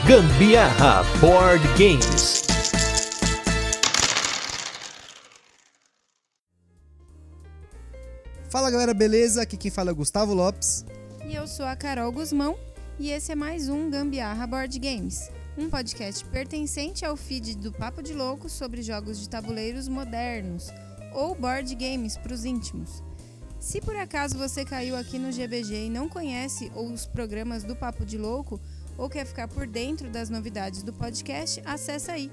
Gambiarra Board Games. Fala galera, beleza? Aqui quem fala é o Gustavo Lopes. E eu sou a Carol Guzmão e esse é mais um Gambiarra Board Games, um podcast pertencente ao feed do Papo de Louco sobre jogos de tabuleiros modernos, ou board games para os íntimos. Se por acaso você caiu aqui no GBG e não conhece os programas do Papo de Louco ou quer ficar por dentro das novidades do podcast, acessa aí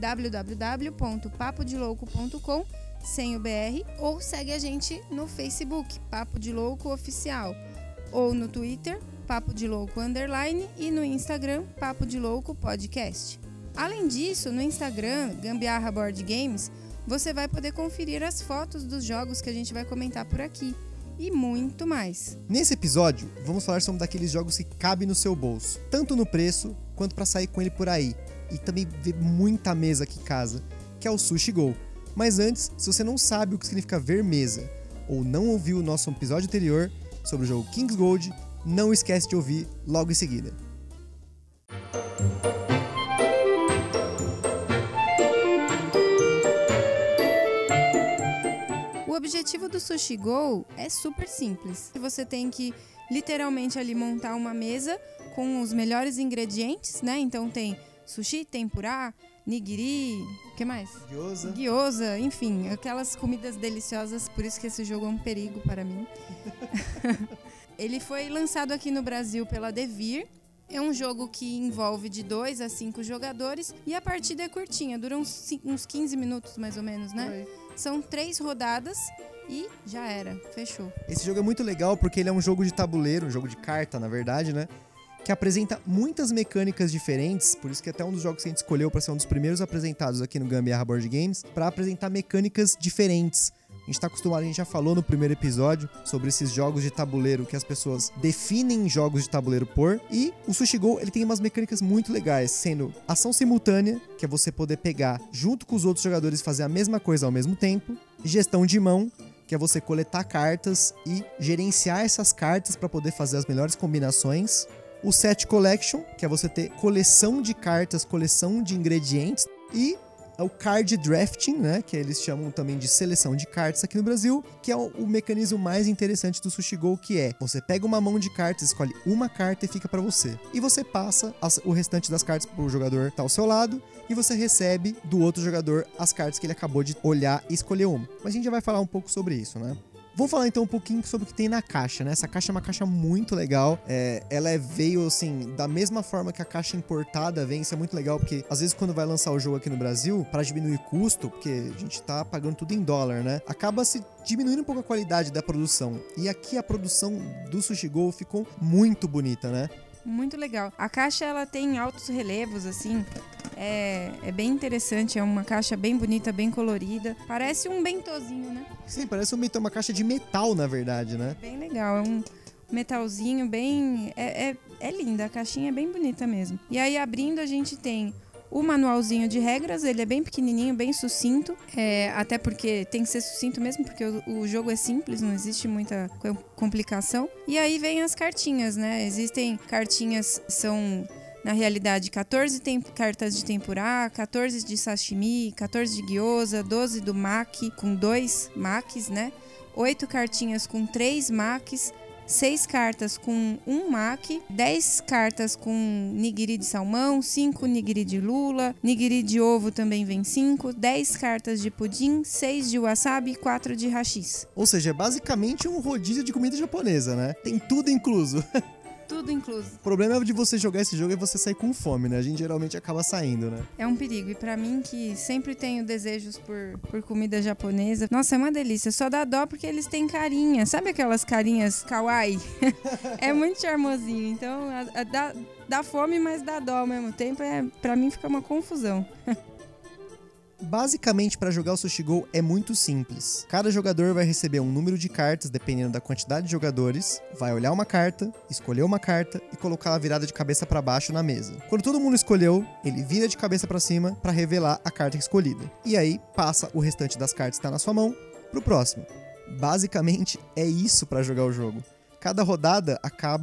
www.papodelouco.com sem o BR, ou segue a gente no Facebook, Papo de Louco Oficial, ou no Twitter, Papo de Louco _ e no Instagram, Papo de Louco Podcast. Além disso, no Instagram, Gambiarra Board Games, você vai poder conferir as fotos dos jogos que a gente vai comentar por aqui e muito mais. Nesse episódio, vamos falar sobre daqueles jogos que cabem no seu bolso, tanto no preço quanto para sair com ele por aí, e também ver muita mesa aqui em casa, que é o Sushi Go. Mas antes, se você não sabe o que significa ver mesa, ou não ouviu o nosso episódio anterior sobre o jogo King's Gold, não esquece de ouvir logo em seguida. O objetivo do Sushi Go é super simples. Você tem que literalmente ali montar uma mesa com os melhores ingredientes, né? Então tem sushi, tempurá, nigiri, o que mais? Gyoza, enfim, aquelas comidas deliciosas, por isso que esse jogo é um perigo para mim. Ele foi lançado aqui no Brasil pela Devir. É um jogo que envolve de 2 a 5 jogadores e a partida é curtinha, dura uns 15 minutos mais ou menos, né? São 3 rodadas e já era, fechou. Esse jogo é muito legal porque ele é um jogo de tabuleiro, um jogo de carta, na verdade, né? Que apresenta muitas mecânicas diferentes, por isso que é até um dos jogos que a gente escolheu para ser um dos primeiros apresentados aqui no Gambiarra Board Games, para apresentar mecânicas diferentes. A gente tá acostumado, a gente já falou no primeiro episódio sobre esses jogos de tabuleiro que as pessoas definem jogos de tabuleiro por, e o Sushi Go, ele tem umas mecânicas muito legais, sendo ação simultânea, que é você poder pegar junto com os outros jogadores e fazer a mesma coisa ao mesmo tempo, gestão de mão, que é você coletar cartas e gerenciar essas cartas para poder fazer as melhores combinações, o Set Collection, que é você ter coleção de cartas, coleção de ingredientes, e o Card Drafting, né, que eles chamam também de seleção de cartas aqui no Brasil, que é o mecanismo mais interessante do Sushi Go, que é você pega uma mão de cartas, escolhe uma carta e fica pra você. E você passa o restante das cartas pro jogador que tá ao seu lado, e você recebe do outro jogador as cartas que ele acabou de olhar e escolher uma. Mas a gente já vai falar um pouco sobre isso, né? Vamos falar então um pouquinho sobre o que tem na caixa, né? Essa caixa é uma caixa muito legal. Ela veio, assim, da mesma forma que a caixa importada vem. Isso é muito legal, porque às vezes quando vai lançar o jogo aqui no Brasil, para diminuir custo, porque a gente tá pagando tudo em dólar, né? Acaba se diminuindo um pouco a qualidade da produção. E aqui a produção do Sushi Go ficou muito bonita, né? Muito legal. A caixa, ela tem altos relevos, assim. É bem interessante, é uma caixa bem bonita, bem colorida. Parece um bentozinho, né? Sim, parece uma caixa de metal, na verdade, né? Bem legal, é um metalzinho bem... É linda, a caixinha é bem bonita mesmo. E aí, abrindo, a gente tem o manualzinho de regras, ele é bem pequenininho, bem sucinto. Até porque tem que ser sucinto mesmo, porque o jogo é simples, não existe muita complicação. E aí vem as cartinhas, né? Existem cartinhas, são... Na realidade, 14 cartas de tempurá, 14 de sashimi, 14 de gyoza, 12 do maki, com 2 makis, né? 8 cartinhas com 3 makis, 6 cartas com 1 maki, 10 cartas com nigiri de salmão, 5 nigiri de lula, nigiri de ovo também vem 5, 10 cartas de pudim, 6 de wasabi e 4 de hashish. Ou seja, é basicamente um rodízio de comida japonesa, né? Tem tudo incluso. Tudo incluso. O problema de você jogar esse jogo é você sair com fome, né? A gente geralmente acaba saindo, né? É um perigo. E pra mim, que sempre tenho desejos por comida japonesa, nossa, é uma delícia. Só dá dó porque eles têm carinha. Sabe aquelas carinhas kawaii? É muito charmosinho. Então, dá fome, mas dá dó ao mesmo tempo. Pra mim, fica uma confusão. Basicamente, para jogar o Sushi Go é muito simples. Cada jogador vai receber um número de cartas, dependendo da quantidade de jogadores, vai olhar uma carta, escolher uma carta e colocar ela virada de cabeça para baixo na mesa. Quando todo mundo escolheu, ele vira de cabeça para cima para revelar a carta escolhida. E aí, passa o restante das cartas que está na sua mão pro próximo. Basicamente, é isso para jogar o jogo. Cada rodada acaba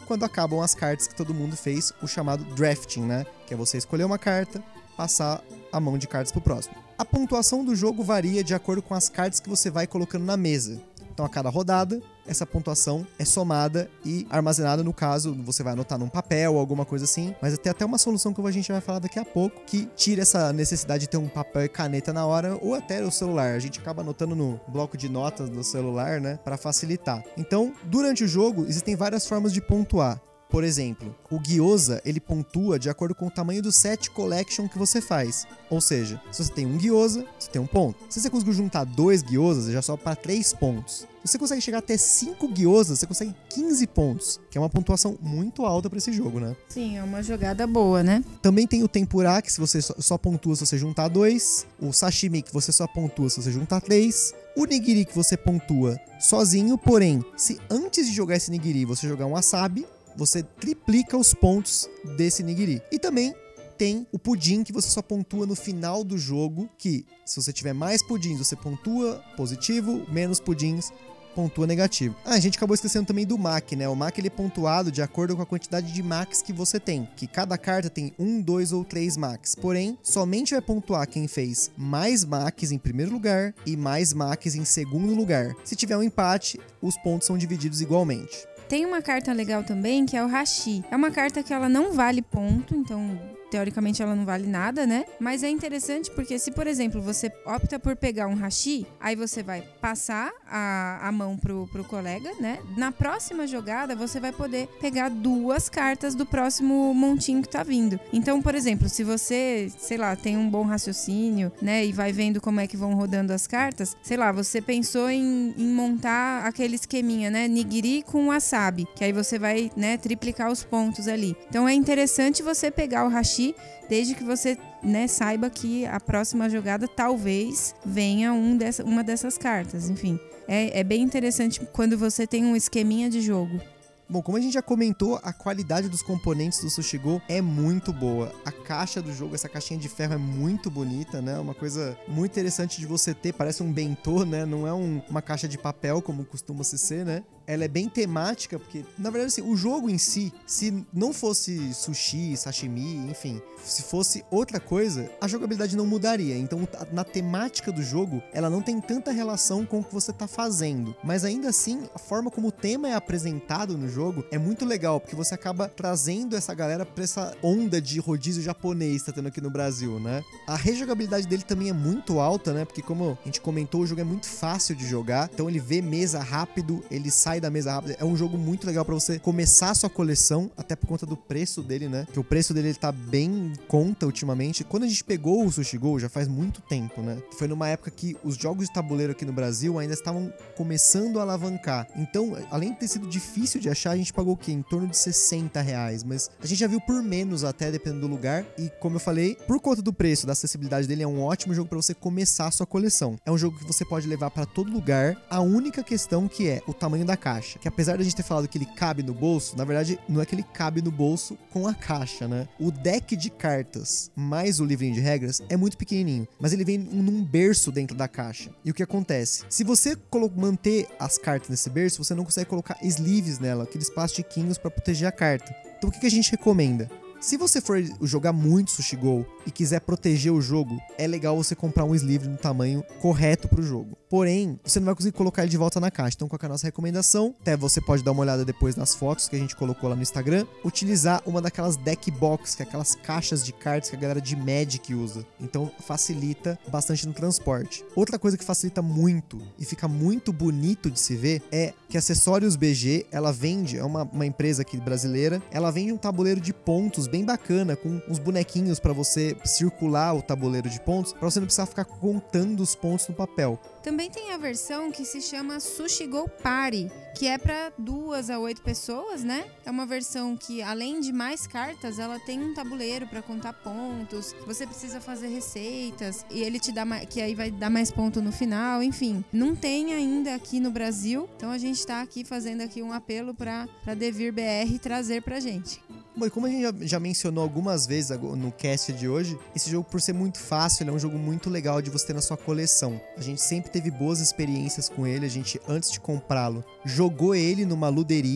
quando acabam as cartas que todo mundo fez, o chamado drafting, né? Que é você escolher uma carta, passar a mão de cartas pro próximo. A pontuação do jogo varia de acordo com as cartas que você vai colocando na mesa. Então, a cada rodada, essa pontuação é somada e armazenada, no caso, você vai anotar num papel ou alguma coisa assim, mas tem até uma solução que a gente vai falar daqui a pouco, que tira essa necessidade de ter um papel e caneta na hora, ou até o celular. A gente acaba anotando no bloco de notas do celular, né, para facilitar. Então, durante o jogo, existem várias formas de pontuar. Por exemplo, o Gyoza, ele pontua de acordo com o tamanho do set collection que você faz. Ou seja, se você tem um Gyoza, você tem um ponto. Se você conseguir juntar 2 Gyozas, já sobe para 3 pontos. Se você consegue chegar até 5 Gyozas, você consegue 15 pontos, que é uma pontuação muito alta para esse jogo, né? Sim, é uma jogada boa, né? Também tem o Tempura, que se você só pontua se você juntar 2. O Sashimi, que você só pontua se você juntar 3. O Nigiri, que você pontua sozinho, porém, se antes de jogar esse Nigiri você jogar um Wasabi, você triplica os pontos desse Nigiri. E também tem o pudim, que você só pontua no final do jogo, que se você tiver mais pudins, você pontua positivo, menos pudins, pontua negativo. A gente acabou esquecendo também do MAC, né? O MAC ele é pontuado de acordo com a quantidade de MACs que você tem, que cada carta tem 1, 2 ou 3 MACs. Porém, somente vai pontuar quem fez mais MACs em primeiro lugar e mais MACs em segundo lugar. Se tiver um empate, os pontos são divididos igualmente. Tem uma carta legal também, que é o Hashi. É uma carta que ela não vale ponto, então teoricamente ela não vale nada, né? Mas é interessante porque se, por exemplo, você opta por pegar um Hashi, aí você vai passar a mão pro colega, né? Na próxima jogada, você vai poder pegar 2 cartas do próximo montinho que tá vindo. Então, por exemplo, se você, sei lá, tem um bom raciocínio, né? E vai vendo como é que vão rodando as cartas, sei lá, você pensou em montar aquele esqueminha, né? Nigiri com wasabi, que aí você vai, né, triplicar os pontos ali. Então, é interessante você pegar o Hashi desde que você, né, saiba que a próxima jogada talvez venha uma dessas cartas. Enfim, é bem interessante quando você tem um esqueminha de jogo. Bom, como a gente já comentou, a qualidade dos componentes do Sushi Go é muito boa. A caixa do jogo, essa caixinha de ferro é muito bonita, né? Uma coisa muito interessante de você ter, parece um bentô, né? Não é uma caixa de papel como costuma se ser, né? Ela é bem temática, porque, na verdade, assim, o jogo em si, se não fosse sushi, sashimi, enfim, se fosse outra coisa, a jogabilidade não mudaria. Então, na temática do jogo, ela não tem tanta relação com o que você tá fazendo. Mas ainda assim, a forma como o tema é apresentado no jogo é muito legal, porque você acaba trazendo essa galera pra essa onda de rodízio japonês que tá tendo aqui no Brasil, né? A rejogabilidade dele também é muito alta, né? Porque, como a gente comentou, o jogo é muito fácil de jogar. Então, ele vê mesa rápido, ele sai da mesa rápida. É um jogo muito legal pra você começar a sua coleção, até por conta do preço dele, né? Que o preço dele tá bem em conta ultimamente. Quando a gente pegou o Sushi Go, já faz muito tempo, né? Foi numa época que os jogos de tabuleiro aqui no Brasil ainda estavam começando a alavancar. Então, além de ter sido difícil de achar, a gente pagou o quê? Em torno de R$60. Mas a gente já viu por menos até, dependendo do lugar. E, como eu falei, por conta do preço, da acessibilidade dele, é um ótimo jogo pra você começar a sua coleção. É um jogo que você pode levar pra todo lugar. A única questão que é o tamanho da caixa. Que apesar da gente ter falado que ele cabe no bolso, na verdade, não é que ele cabe no bolso com a caixa, né? O deck de cartas mais o livrinho de regras é muito pequenininho, mas ele vem num berço dentro da caixa. E o que acontece? Se você manter as cartas nesse berço, você não consegue colocar sleeves nela, aqueles plastiquinhos para proteger a carta. Então, o que a gente recomenda? Se você for jogar muito Sushi Go e quiser proteger o jogo, é legal você comprar um sleeve no tamanho correto pro jogo. Porém, você não vai conseguir colocar ele de volta na caixa. Então, qual é a nossa recomendação? Até você pode dar uma olhada depois nas fotos que a gente colocou lá no Instagram. Utilizar uma daquelas deck box, que é aquelas caixas de cards que a galera de Magic usa. Então, facilita bastante no transporte. Outra coisa que facilita muito e fica muito bonito de se ver é que Acessórios BG, ela vende, é uma empresa aqui brasileira, ela vende um tabuleiro de pontos bem bacana, com uns bonequinhos pra você circular o tabuleiro de pontos, pra você não precisar ficar contando os pontos no papel. Também tem a versão que se chama Sushi Go Party, que é para 2 a 8 pessoas, né? É uma versão que, além de mais cartas, ela tem um tabuleiro para contar pontos. Você precisa fazer receitas e ele te dá que aí vai dar mais ponto no final. Enfim, não tem ainda aqui no Brasil. Então a gente tá aqui fazendo aqui um apelo para Devir BR trazer pra gente. Bom, e como a gente já mencionou algumas vezes no cast de hoje, esse jogo, por ser muito fácil, ele é um jogo muito legal de você ter na sua coleção. A gente sempre teve boas experiências com ele, a gente, antes de comprá-lo, jogou ele numa luderia, que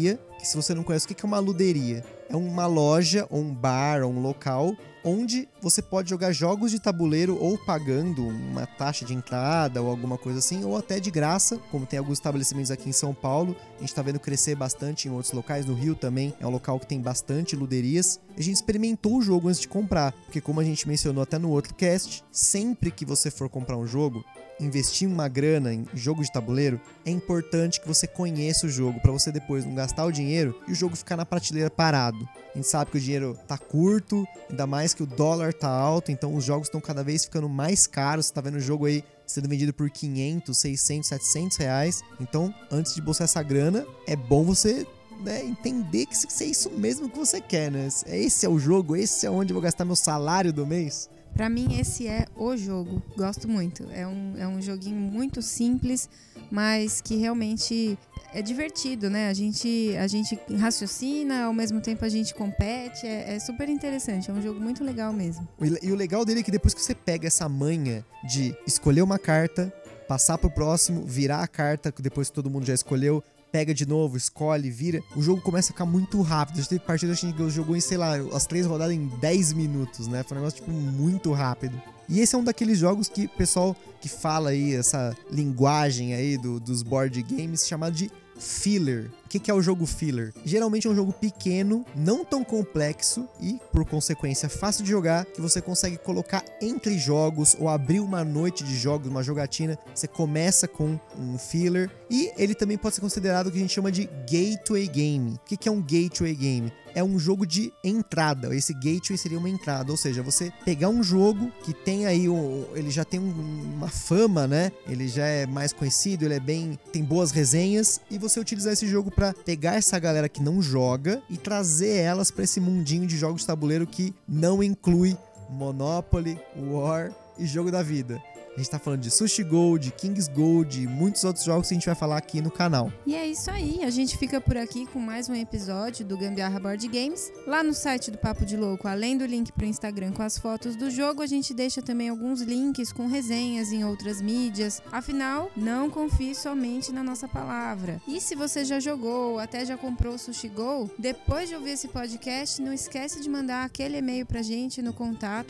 que se você não conhece, o que é uma luderia? É uma loja, ou um bar, ou um local onde você pode jogar jogos de tabuleiro ou pagando uma taxa de entrada ou alguma coisa assim, ou até de graça, como tem alguns estabelecimentos aqui em São Paulo. A gente tá vendo crescer bastante em outros locais, no Rio também é um local que tem bastante luderias. A gente experimentou o jogo antes de comprar, porque como a gente mencionou até no outro cast, sempre que você for comprar um jogo, investir uma grana em jogo de tabuleiro, é importante que você conheça o jogo, para você depois não gastar o dinheiro e o jogo ficar na prateleira parado. A gente sabe que o dinheiro tá curto, ainda mais que o dólar tá alto, então os jogos estão cada vez ficando mais caros. Você tá vendo o jogo aí sendo vendido por 500, 600, 700 reais. Então, antes de bolsar essa grana, é bom você entender que é isso mesmo que você quer, né? Esse é o jogo, esse é onde eu vou gastar meu salário do mês. Pra mim, esse é o jogo. Gosto muito. É um joguinho muito simples, mas que realmente é divertido, né? A gente raciocina, ao mesmo tempo a gente compete. É super interessante. É um jogo muito legal mesmo. E o legal dele é que depois que você pega essa manha de escolher uma carta, passar pro próximo, virar a carta, depois que todo mundo já escolheu, pega de novo, escolhe, vira, o jogo começa a ficar muito rápido. A gente teve partida, a gente jogou em, sei lá, as 3 rodadas em 10 minutos, né? Foi um negócio, tipo, muito rápido. E esse é um daqueles jogos que o pessoal que fala aí, essa linguagem aí dos board games, chamado de filler. O que é o jogo filler? Geralmente é um jogo pequeno, não tão complexo e, por consequência, fácil de jogar, que você consegue colocar entre jogos ou abrir uma noite de jogos, uma jogatina. Você começa com um filler e ele também pode ser considerado o que a gente chama de gateway game. O que é um gateway game? É um jogo de entrada. Esse gateway seria uma entrada, ou seja, você pegar um jogo que tem aí ele já tem uma fama, né? Ele já é mais conhecido, tem boas resenhas, e você utilizar esse jogo pra pegar essa galera que não joga e trazer elas pra esse mundinho de jogos de tabuleiro que não inclui Monopoly, War e Jogo da Vida. A gente tá falando de Sushi Go, de Kings Go, de muitos outros jogos que a gente vai falar aqui no canal. E é isso aí, a gente fica por aqui com mais um episódio do Gambiarra Board Games. Lá no site do Papo de Louco, além do link pro Instagram com as fotos do jogo, a gente deixa também alguns links com resenhas em outras mídias. Afinal, não confie somente na nossa palavra. E se você já jogou ou até já comprou o Sushi Go, depois de ouvir esse podcast, não esquece de mandar aquele e-mail pra gente no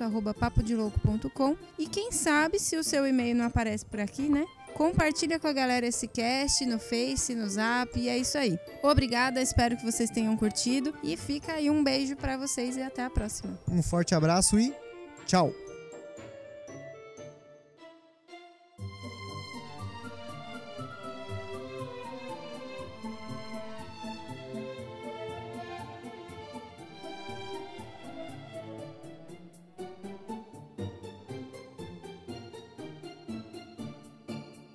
contato@papodelouco.com. E quem sabe se o seu e-mail não aparece por aqui, né? Compartilha com a galera esse cast no Face, no Zap, e é isso aí. Obrigada, espero que vocês tenham curtido e fica aí um beijo pra vocês e até a próxima. Um forte abraço e tchau!